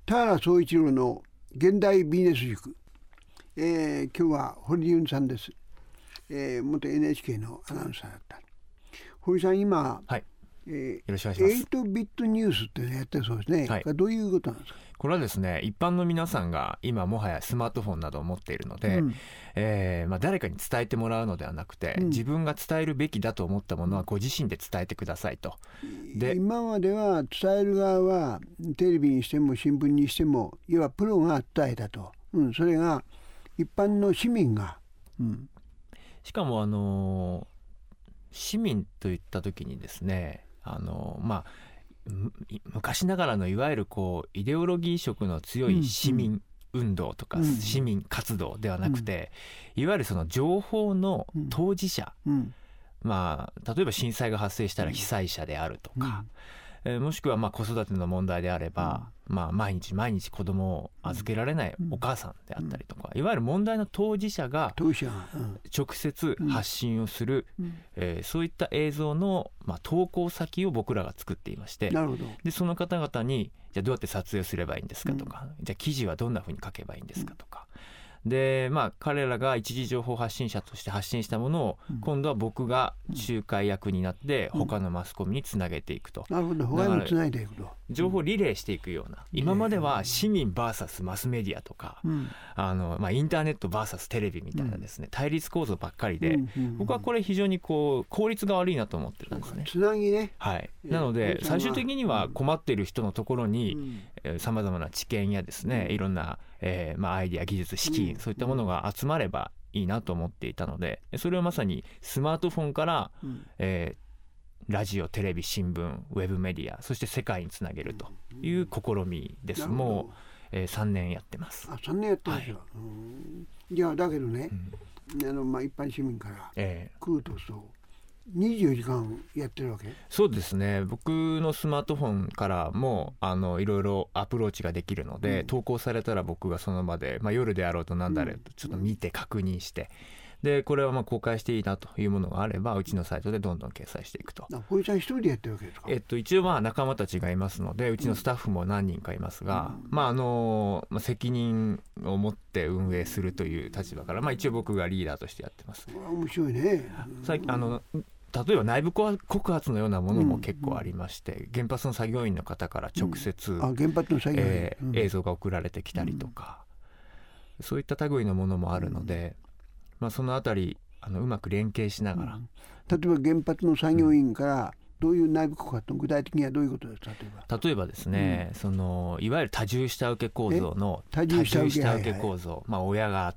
田原総一郎の現代ビジネス塾、今日は堀潤さんです。元 NHK のアナウンサーだった。堀さん今、 はい、よろしくお願いします。 8ビットニュースってやってるそうですね、 はい、 どういうことなんですか？ これはですね、一般の皆さんが今もはやスマートフォンなどを持っているので、誰かに伝えてもらうのではなくて、自分が伝えるべきだと思ったものはご自身で伝えてくださいと。 で、今までは伝える側はテレビにしても新聞にしてもいわばプロが伝えたと、それが一般の市民が、 しかも市民といった時にですね、昔ながらのいわゆるイデオロギー色の強い市民運動とか市民活動ではなくて、いわゆるその情報の当事者、例えば震災が発生したら被災者であるとか、もしくは子育ての問題であれば、毎日子供を預けられないお母さんであったりとか、いわゆる問題の当事者が直接発信をする、そういった映像の投稿先を僕らが作っていまして、でその方々にじゃあどうやって撮影すればいいんですかとか、じゃあ記事はどんなふうに書けばいいんですかとか、で彼らが一時情報発信者として発信したものを、今度は僕が仲介役になって他のマスコミにつなげていくと、 なるほど、他にもつないでいくと、 情報リレーしていくような、今までは市民 VS マスメディアとか、インターネット VS テレビみたいなですね、対立構造ばっかりで、僕はこれ非常に効率が悪いなと思ってるんですね。 つなぎね、 はい、なので最終的には困っている人のところにさまざまな知見やですね、いろんなアイデア、技術、資金、そういったものが集まればいいなと思っていたので、それをまさにスマートフォンから、ラジオ、テレビ、新聞、ウェブメディア、そして世界につなげるという試みです。もう、3年やってます。 3年やってますよ、いやだけどね、一般市民から来ると24時間やってるわけ？ そうですね、僕のスマートフォンからもいろいろアプローチができるので、投稿されたら僕がその場で、夜であろうと何だろうとちょっと見て確認して、でこれは公開していいなというものがあればうちのサイトでどんどん掲載していくと。 堀さん一人でやってるわけですか？ 一応仲間たちがいますので、うちのスタッフも何人かいますが、責任を持って運営するという立場から、一応僕がリーダーとしてやってます。 面白いね。 例えば内部告発のようなものも結構ありまして、原発の作業員の方から直接、 原発の作業員、 映像が送られてきたりとか、そういった類のものもあるので、そのあたりうまく連携しながら、 例えば原発の作業員からどういう内部告発の具体的にはどういうことですか？ 例えばですね、いわゆる多重下請け構造の多重下請け構造、親があって、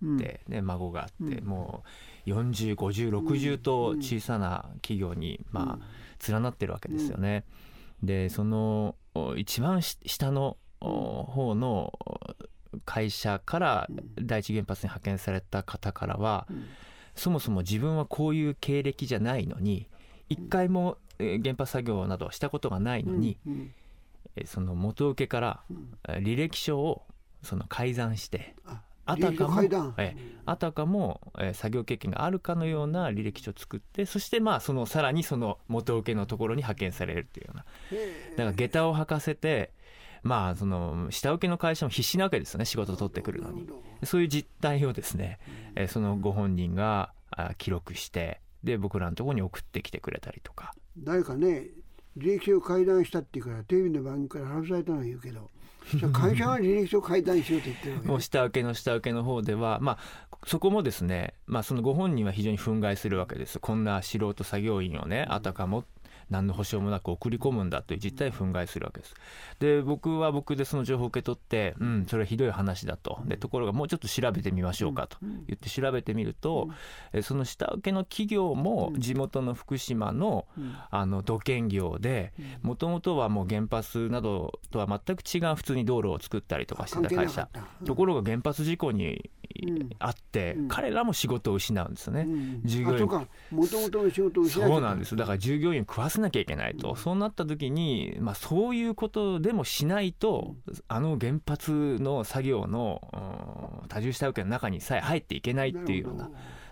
孫があって、もう40、50、60と小さな企業に連なってるわけですよね。でその一番下の方の会社から第一原発に派遣された方からは、そもそも自分はこういう経歴じゃないのに、一回も原発作業などしたことがないのに、その元請けから履歴書を改ざんして、あたかも作業経験があるかのような履歴書を作って、そしてさらにその元請けのところに派遣されるというような、だから下駄を履かせて、その下請けの会社も必死なわけですよね、仕事を取ってくるのに。そういう実態をですね、そのご本人が記録して、で僕らのところに送ってきてくれたりとか。 誰かね、履歴書を改ざんしたっていうからテレビの番組から話されたのは言うけど、会社が履歴書を改ざんしようと言ってるわけ、 もう下請けの方では、そこもですね、そのご本人は非常に憤慨するわけです。こんな素人作業員をね、あたかも何の保証もなく送り込むんだという実態を憤慨するわけです。で僕は僕でその情報を受け取って、それはひどい話だと。でところがもうちょっと調べてみましょうかと言って調べてみると、その下請けの企業も地元の福島の土建業で、もともとはもう原発などとは全く違う普通に道路を作ったりとかしてた会社、ところが原発事故にあって、彼らも仕事を失うんですよね。従業員もともとの仕事を失う。 そうなんです。だから従業員を食わせなきゃいけないと、そうなった時に、そういうことでもしないと、原発の作業の多重下請けの中にさえ入っていけないっていうような、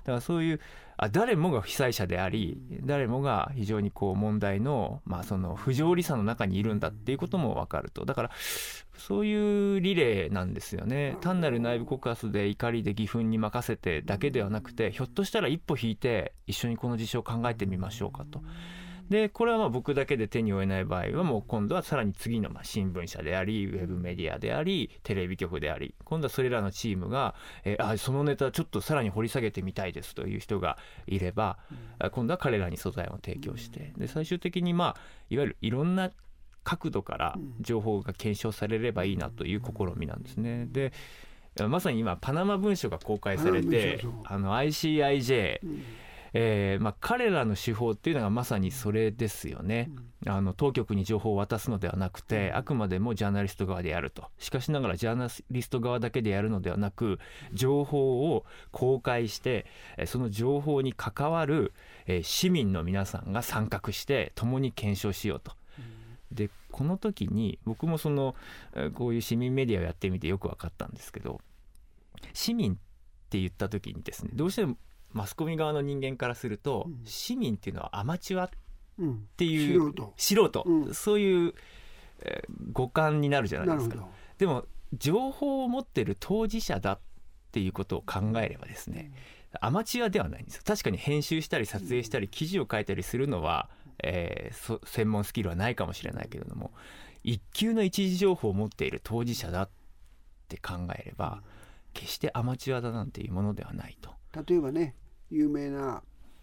からそういう誰もが被災者であり、誰もが非常にこう問題の、その不条理さの中にいるんだっていうことも分かると。だからそういうリレーなんですよね。単なる内部告発で怒りで義憤に任せてだけではなくて、ひょっとしたら一歩引いて一緒にこの事象を考えてみましょうかと。でこれは僕だけで手に負えない場合は、もう今度はさらに次の新聞社であり、ウェブメディアであり、テレビ局であり、今度はそれらのチームが、そのネタちょっとさらに掘り下げてみたいですという人がいれば、今度は彼らに素材を提供して、で最終的にいわゆるいろんな角度から情報が検証されればいいなという試みなんですね。でまさに今パナマ文書が公開されて、ICIJ、彼らの手法っていうのがまさにそれですよね。当局に情報を渡すのではなくて、あくまでもジャーナリスト側でやると。しかしながらジャーナリスト側だけでやるのではなく、情報を公開して、その情報に関わる市民の皆さんが参画して共に検証しようと。でこの時に僕もこういう市民メディアをやってみてよく分かったんですけど、市民って言った時にですね、どうしてもマスコミ側の人間からすると、市民っていうのはアマチュアっていう、素人、そういう、五感になるじゃないですか。でも情報を持ってる当事者だっていうことを考えればですね、アマチュアではないんですよ。確かに編集したり撮影したり記事を書いたりするのは、専門スキルはないかもしれないけれども、一級の一時情報を持っている当事者だって考えれば、決してアマチュアだなんていうものではないと。 例えばね、有名な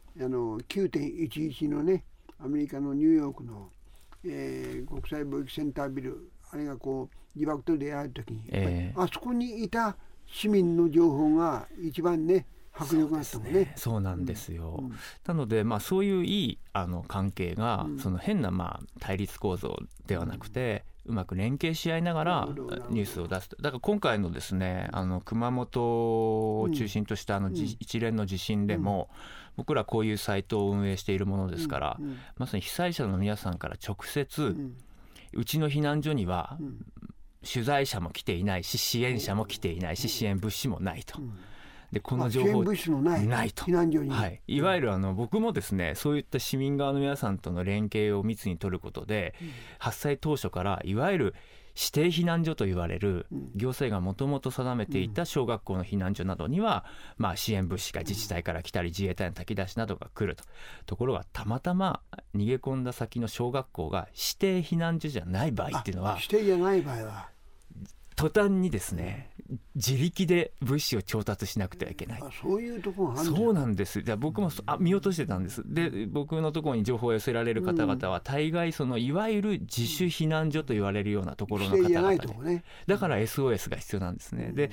9.11 のね、アメリカのニューヨークの、国際貿易センタービル、あれがこう自爆と出会うときに、あそこにいた市民の情報が一番ね、迫力があったもんね。 そうなんですよ。なのでそういういい関係が、その変な対立構造ではなくて、うまく連携し合いながらニュースを出すと。だから今回のですね、熊本を中心とした一連の地震でも、僕らこういうサイトを運営しているものですから、まさに被災者の皆さんから直接、うちの避難所には取材者も来ていないし、支援者も来ていないし、支援物資もないと。でこの情報ないと、いわゆる僕もですね、そういった市民側の皆さんとの連携を密に取ることで、発災当初からいわゆる指定避難所と言われる、行政がもともと定めていた小学校の避難所などには、支援物資が自治体から来たり、自衛隊の炊き出しなどが来ると。ところがたまたま逃げ込んだ先の小学校が指定避難所じゃない場合っていうのは、 指定じゃない場合は途端にですね、自力で物資を調達しなくてはいけない。 そういうところがあるんですか。 そうなんです。じゃあ僕も見落としてたんです。で僕のところに情報を寄せられる方々は、大概いわゆる自主避難所と言われるようなところの方々で、だから SOS が必要なんですね。で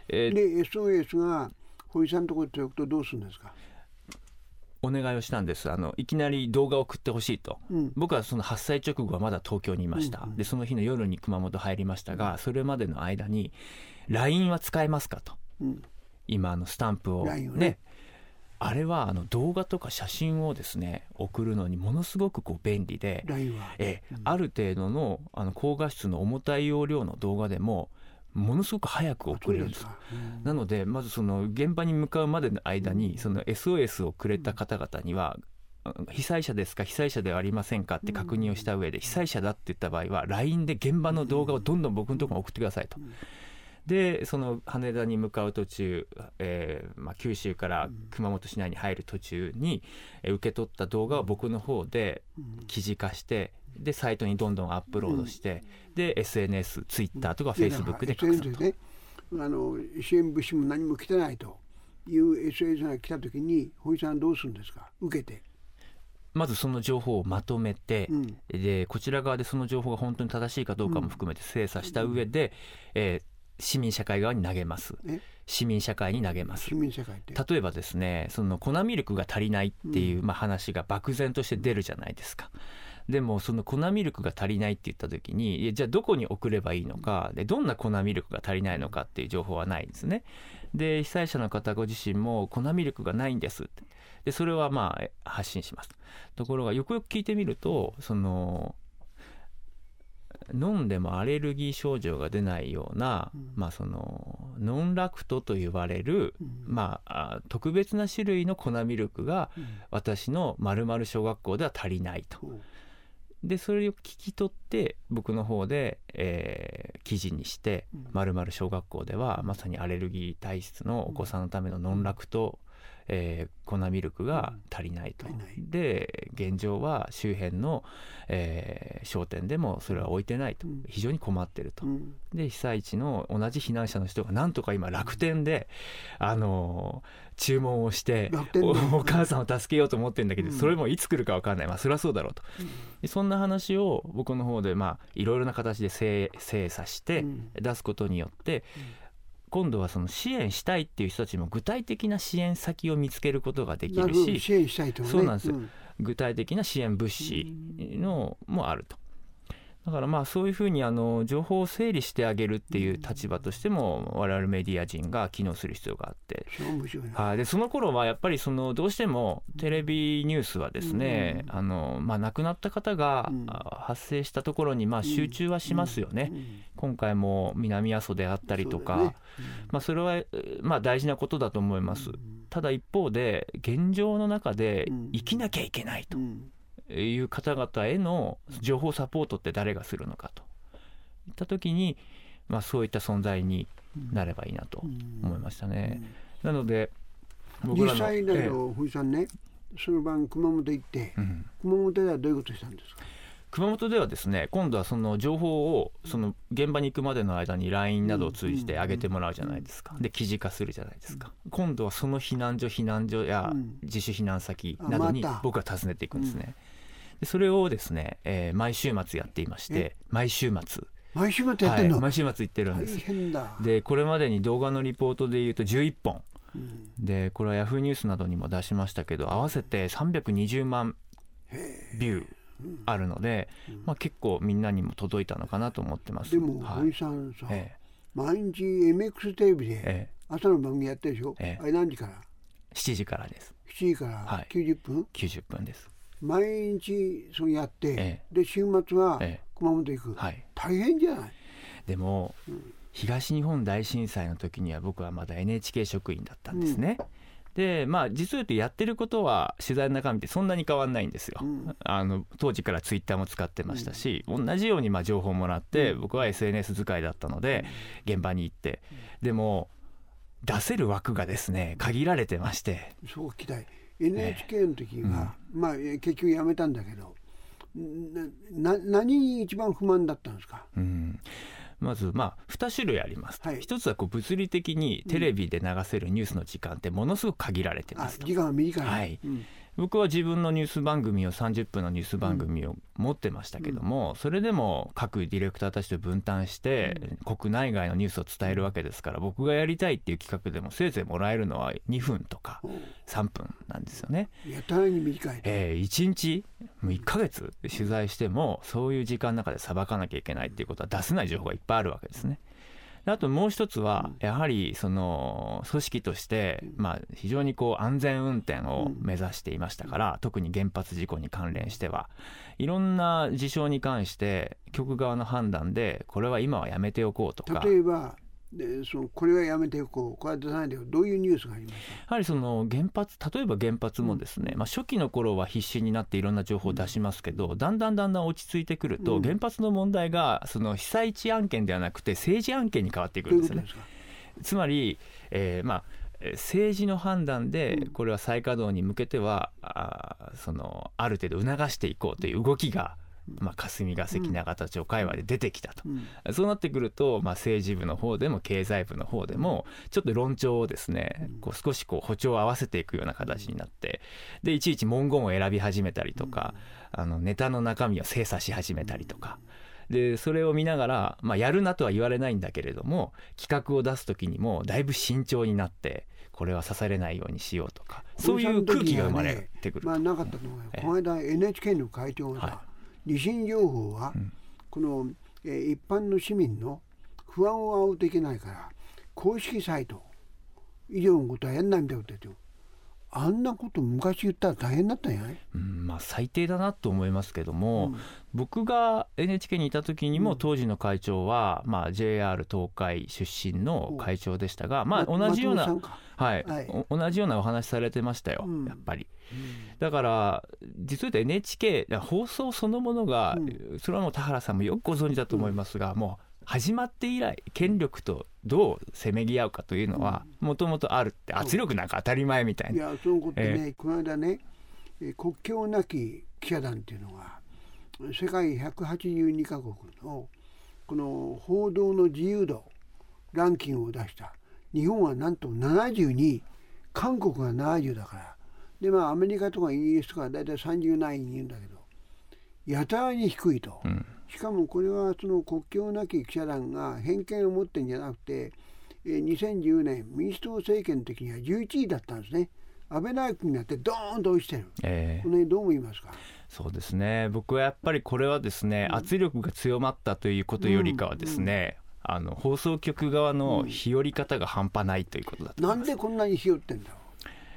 SOS が堀さんのところに届くとどうするんですか。 お願いをしたんです。いきなり動画を送ってほしいと、僕はその発災直後はまだ東京にいました。でその日の夜に熊本入りましたが、それまでの間に LINE は使えますかと、今スタンプをね、あれは動画とか写真をですね送るのにものすごく便利で、ある程度の高画質の重たい容量の動画でもものすごく早く送れるんです。なのでまず現場に向かうまでの間にSOS をくれた方々には、被災者ですか被災者ではありませんかって確認をした上で、被災者だって言った場合は LINE で現場の動画をどんどん僕のところに送ってくださいと。で羽田に向かう途中、九州から熊本市内に入る途中に、受け取った動画を僕の方で記事化して、でサイトにどんどんアップロードして、で SNS、ツイッターとかフェイスブックで拡散と。 支援物資も何も来てないという SNS が来た時に堀さんはどうするんですか。受けてまずその情報をまとめて、でこちら側でその情報が本当に正しいかどうかも含めて精査した上で、市民社会側に投げます。市民社会に投げます。例えばですね、粉ミルクが足りないっていう、話が漠然として出るじゃないですか。でも粉ミルクが足りないって言った時に、じゃあどこに送ればいいのか、でどんな粉ミルクが足りないのかっていう情報はないんですね。で被災者の方ご自身も粉ミルクがないんですって、でそれは発信します。ところがよくよく聞いてみると、飲んでもアレルギー症状が出ないような、 ノンラクトと呼ばれる、特別な種類の粉ミルクが私の〇〇小学校では足りないと。でそれを聞き取って僕の方で、記事にして〇〇小学校ではまさにアレルギー体質のお子さんのためのノンラクト、粉ミルクが足りないと。で現状は周辺の、商店でもそれは置いてないと、非常に困ってると。で被災地の同じ避難者の人がなんとか今楽天で、注文をしてお母さんを助けようと思ってるんだけど、それもいつ来るか分かんない、それはそうだろうと。でそんな話を僕の方でいろいろな形で精査して出すことによって、今度はその支援したいっていう人たちも具体的な支援先を見つけることができるし、 支援したいとね、 そうなんですよ、具体的な支援物資のもあると。だからそういうふうに情報を整理してあげるっていう立場としても我々メディア人が機能する必要があって、でその頃はやっぱりどうしてもテレビニュースはですね、亡くなった方が発生したところに集中はしますよね。今回も南阿蘇であったりとか、それは大事なことだと思います。ただ一方で現状の中で生きなきゃいけないという方々への情報サポートって誰がするのかといった時に、そういった存在になればいいなと思いましたね。なので僕らの実際だよ、藤さんね、その晩熊本行って、熊本ではどういうことしたんですか？ 熊本ではですね、今度はその情報を現場に行くまでの間に LINE などを通じて上げてもらうじゃないですか。で記事化するじゃないですか。今度はその避難所や自主避難先などに僕は訪ねていくんですね。でそれをですね、毎週末やっていまして、毎週末やってんの？ 毎週末行ってるんです。 大変だ。 でこれまでに動画のリポートでいうと11本、でこれはヤフーニュースなどにも出しましたけど、合わせて320万ビューあるので、結構みんなにも届いたのかなと思ってます。 でも堀さんさ、毎日 MX テレビで朝の番組やってるでしょ、あれ何時から ？7時からです。 7時から90分、 90分です。 毎日そうやって、で週末は熊本行く、大変じゃない？ でも、東日本大震災の時には僕はまだ NHK 職員だったんですね。で実を言うとやってることは取材の中身ってそんなに変わんないんですよ。当時からツイッターも使ってましたし、同じように情報をもらって、僕は SNS 使いだったので現場に行って、でも出せる枠がですね限られてまして、 そう期待 NHK の時は、結局やめたんだけど、何に一番不満だったんですか？ まず2種類あります。一つは物理的にテレビで流せるニュースの時間ってものすごく限られてますと。 時間は短い。 僕は自分のニュース番組を30分のニュース番組を持ってましたけども、それでも各ディレクターたちと分担して国内外のニュースを伝えるわけですから、僕がやりたいっていう企画でもせいぜいもらえるのは2分とか3分なんですよね。 やたらに短い。 1日もう1ヶ月取材してもそういう時間の中でさばかなきゃいけないっていうことは出せない情報がいっぱいあるわけですね。あともう一つはやはりその組織として非常に安全運転を目指していましたから、特に原発事故に関連してはいろんな事象に関して局側の判断でこれは今はやめておこうとか、 例えばこれはやめておこう、これは出さないでおこう、どういうニュースがありますか？ やはり例えば原発もですね、初期の頃は必死になっていろんな情報を出しますけど、だんだん落ち着いてくると、原発の問題が被災地案件ではなくて政治案件に変わってくるんですよね。つまり、政治の判断でこれは再稼働に向けてはある程度促していこうという動きが霞が関永田町会話で出てきたと、そうなってくると、政治部の方でも経済部の方でもちょっと論調をですね、少し歩調を合わせていくような形になって、でいちいち文言を選び始めたりとか、ネタの中身を精査し始めたりとかで、それを見ながら、やるなとは言われないんだけれども、企画を出す時にもだいぶ慎重になって、これは刺されないようにしようとか、そういう空気が生まれてくる。 なかったと思うよ。この間 NHK の会長がさ、地震情報はこの、一般の市民の不安を煽っていけないから公式サイト以上のことはやんないみたいなこと言ってる。 あんなこと昔言ったら大変だったんじゃない？ まあ、最低だなと思いますけども、僕が NHK にいた時にも当時の会長は、まあ、JR 東海出身の会長でしたが、まあ、同じような、同じようなお話されてましたよ、やっぱり。だから実は言うと NHK 放送そのものが、それはもう田原さんもよくご存知だと思いますが、もう始まって以来権力とどうせめぎ合うかというのはもともとあるって、圧力なんか当たり前みたいな。 いや、そういうことね、この間ね、国境なき記者団っていうのが世界182カ国のこの報道の自由度ランキングを出した。日本はなんと72、韓国が70だから。でまあアメリカとかイギリスとかだいたい30何位にいるんだけど、やたらに低いと。しかもこれはその国境なき記者団が偏見を持ってるんじゃなくて、2010年民主党政権の時には11位だったんですね。安倍内閣になってドーンと落ちてる、この辺どう思いますか？ そうですね、僕はやっぱりこれはですね、圧力が強まったということよりかはですね、放送局側の日和り方が半端ないということだと思います。 なんでこんなに日和ってんだろう。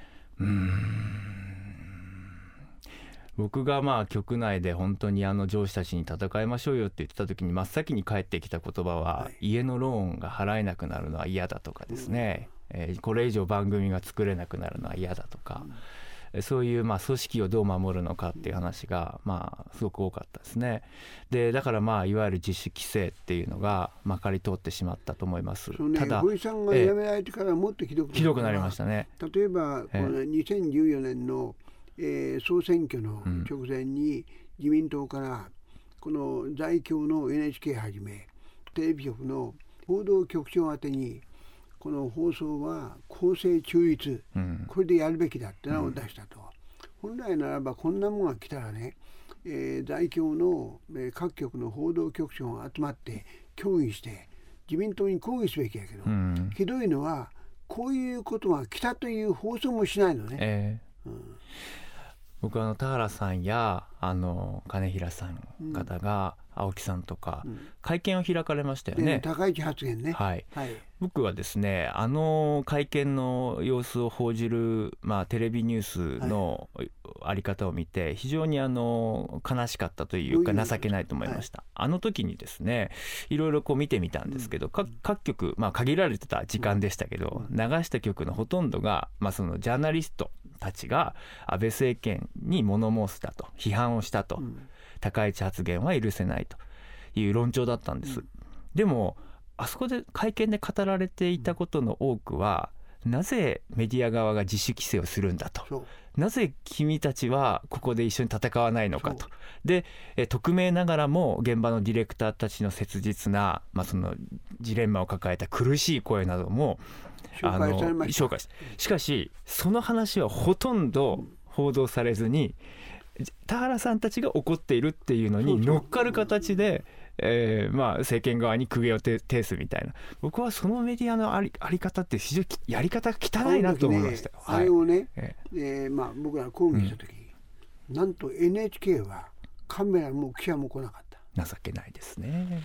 僕がまあ局内で本当に上司たちに戦いましょうよって言ってた時に真っ先に返ってきた言葉は、家のローンが払えなくなるのは嫌だとかですね、これ以上番組が作れなくなるのは嫌だとか、そういうまあ組織をどう守るのかっていう話がまあすごく多かったですね。でだからまあいわゆる自主規制っていうのがまかり通ってしまったと思います。 ただ堀さんが辞められてからもっとひどくなりましたね。 例えばこの2014年の総選挙の直前に自民党からこの在京の NHK はじめテレビ局の報道局長宛てにこの放送は公正中立、これでやるべきだってのを出したと。本来ならばこんなものが来たらね、在京の各局の報道局長が集まって協議して自民党に抗議すべきやけど、ひどいのはこういうことが来たという放送もしないのね。 僕は田原さんや金平さん方が、青木さんとか、会見を開かれましたよね。 高市発言ね。 僕はですね会見の様子を報じる、テレビニュースのあり方を見て非常に悲しかったというか情けないと思いました。あの時にですねいろいろこう見てみたんですけど、各局、限られてた時間でしたけど、流した局のほとんどが、そのジャーナリストたちが安倍政権に物申したと、批判をしたと、高市発言は許せないという論調だったんです。でもあそこで会見で語られていたことの多くは、なぜメディア側が自主規制をするんだと、なぜ君たちはここで一緒に戦わないのかと。で匿名ながらも現場のディレクターたちの切実な、そのジレンマを抱えた苦しい声なども紹介して、しかしその話はほとんど報道されずに、田原さんたちが怒っているっていうのに乗っかる形で政権側に苦言を呈すみたいな。僕はそのメディアのあり方って非常にやり方が汚いなと思いましたよ。 あれをね、僕ら抗議した時、なんと NHK はカメラも記者も来なかった。 情けないですね。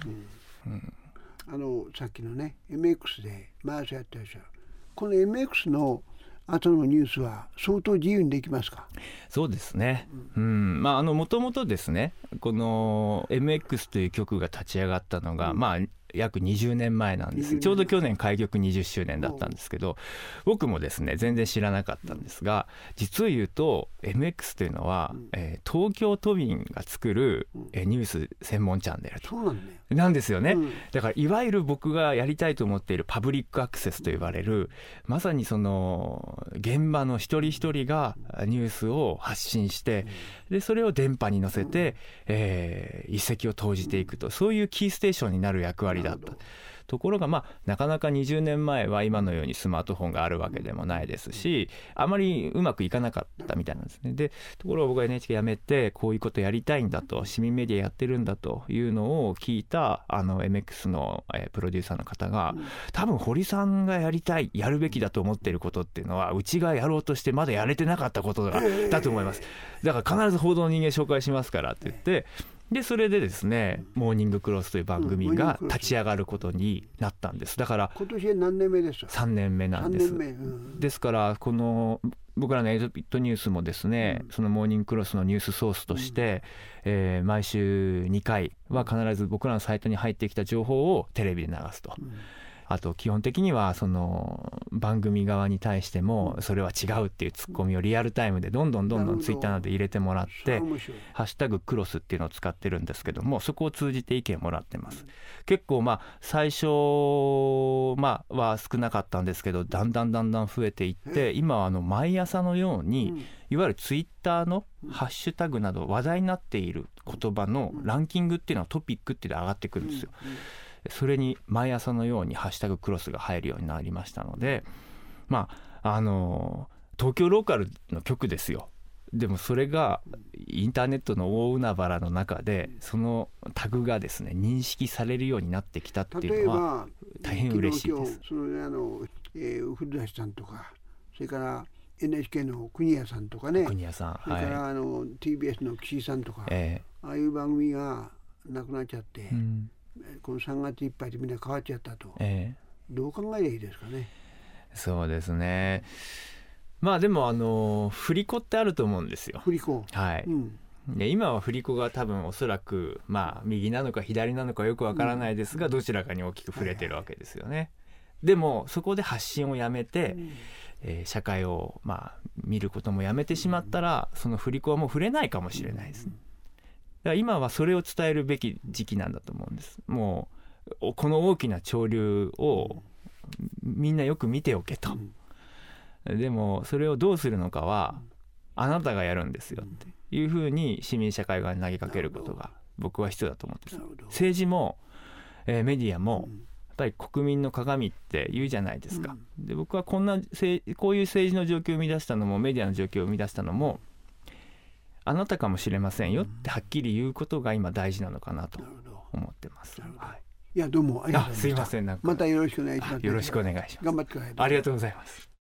さっきのね MX で毎朝やってらっしゃるこの MX の後のニュースは相当自由にできますか？ そうですね。もともとですねこの MX という局が立ち上がったのが、約20年前なんです。ちょうど去年開局20周年だったんですけど、僕もですね全然知らなかったんですが、実を言うと MX というのは、東京都民が作る、ニュース専門チャンネルとなんですよね。だからいわゆる僕がやりたいと思っているパブリックアクセスと呼ばれる、まさにその現場の一人一人がニュースを発信して、でそれを電波に乗せて、一石を投じていくと、そういうキーステーションになる役割だったところが、なかなか20年前は今のようにスマートフォンがあるわけでもないですし、あまりうまくいかなかったみたいなんですね。でところが僕は NHK 辞めてこういうことやりたいんだと、市民メディアやってるんだというのを聞いたMX のプロデューサーの方が、多分堀さんがやるべきだと思っていることっていうのはうちがやろうとしてまだやれてなかったことだと思います。だから必ず報道の人間紹介しますからって言って、でそれでですねモーニングクロスという番組が立ち上がることになったんです。だから今年何年目ですか？ 3年目なんです。ですからこの僕らの8ビットニュースもですね、そのモーニングクロスのニュースソースとして、毎週2回は必ず僕らのサイトに入ってきた情報をテレビで流すと、あと基本的にはその番組側に対してもそれは違うっていうツッコミをリアルタイムでどんどんツイッターなどで入れてもらって、ハッシュタグクロスっていうのを使ってるんですけども、そこを通じて意見もらってます。結構最初は少なかったんですけど、だんだん増えていって、今は毎朝のようにいわゆるツイッターのハッシュタグなど話題になっている言葉のランキングっていうのはトピックっていうのが上がってくるんですよ。それに毎朝のようにハッシュタグクロスが入るようになりましたので、東京ローカルの局ですよ。でもそれがインターネットの大海原の中でそのタグがですね認識されるようになってきたっていうのは大変嬉しいです。 古舘さんとか、それから NHK の国谷さんとかね、 国谷さん、 それからTBS の岸井さんとか、ああいう番組がなくなっちゃって、この3月いっぱいでみんな変わっちゃったと、どう考えればいいですかね。 そうですね。でも振り子ってあると思うんですよ。 振り子、 で今は振り子が多分おそらく右なのか左なのかよくわからないですが、どちらかに大きく触れてるわけですよね。でもそこで発信をやめて、社会を見ることもやめてしまったら、その振り子はもう触れないかもしれないですね。だから今はそれを伝えるべき時期なんだと思うんです。もうこの大きな潮流をみんなよく見ておけと、でもそれをどうするのかはあなたがやるんですよっていうふうに市民社会側に投げかけることが僕は必要だと思ってます。政治も、メディアもやっぱり国民の鏡って言うじゃないですか。で僕はこういう政治の状況を生み出したのも、メディアの状況を生み出したのもあなたかもしれませんよってはっきり言うことが今大事なのかなと思ってます。 いやどうもありがとうございました。 すいません、 またよろしくお願いします。 よろしくお願いします。 頑張ってください。 ありがとうございます。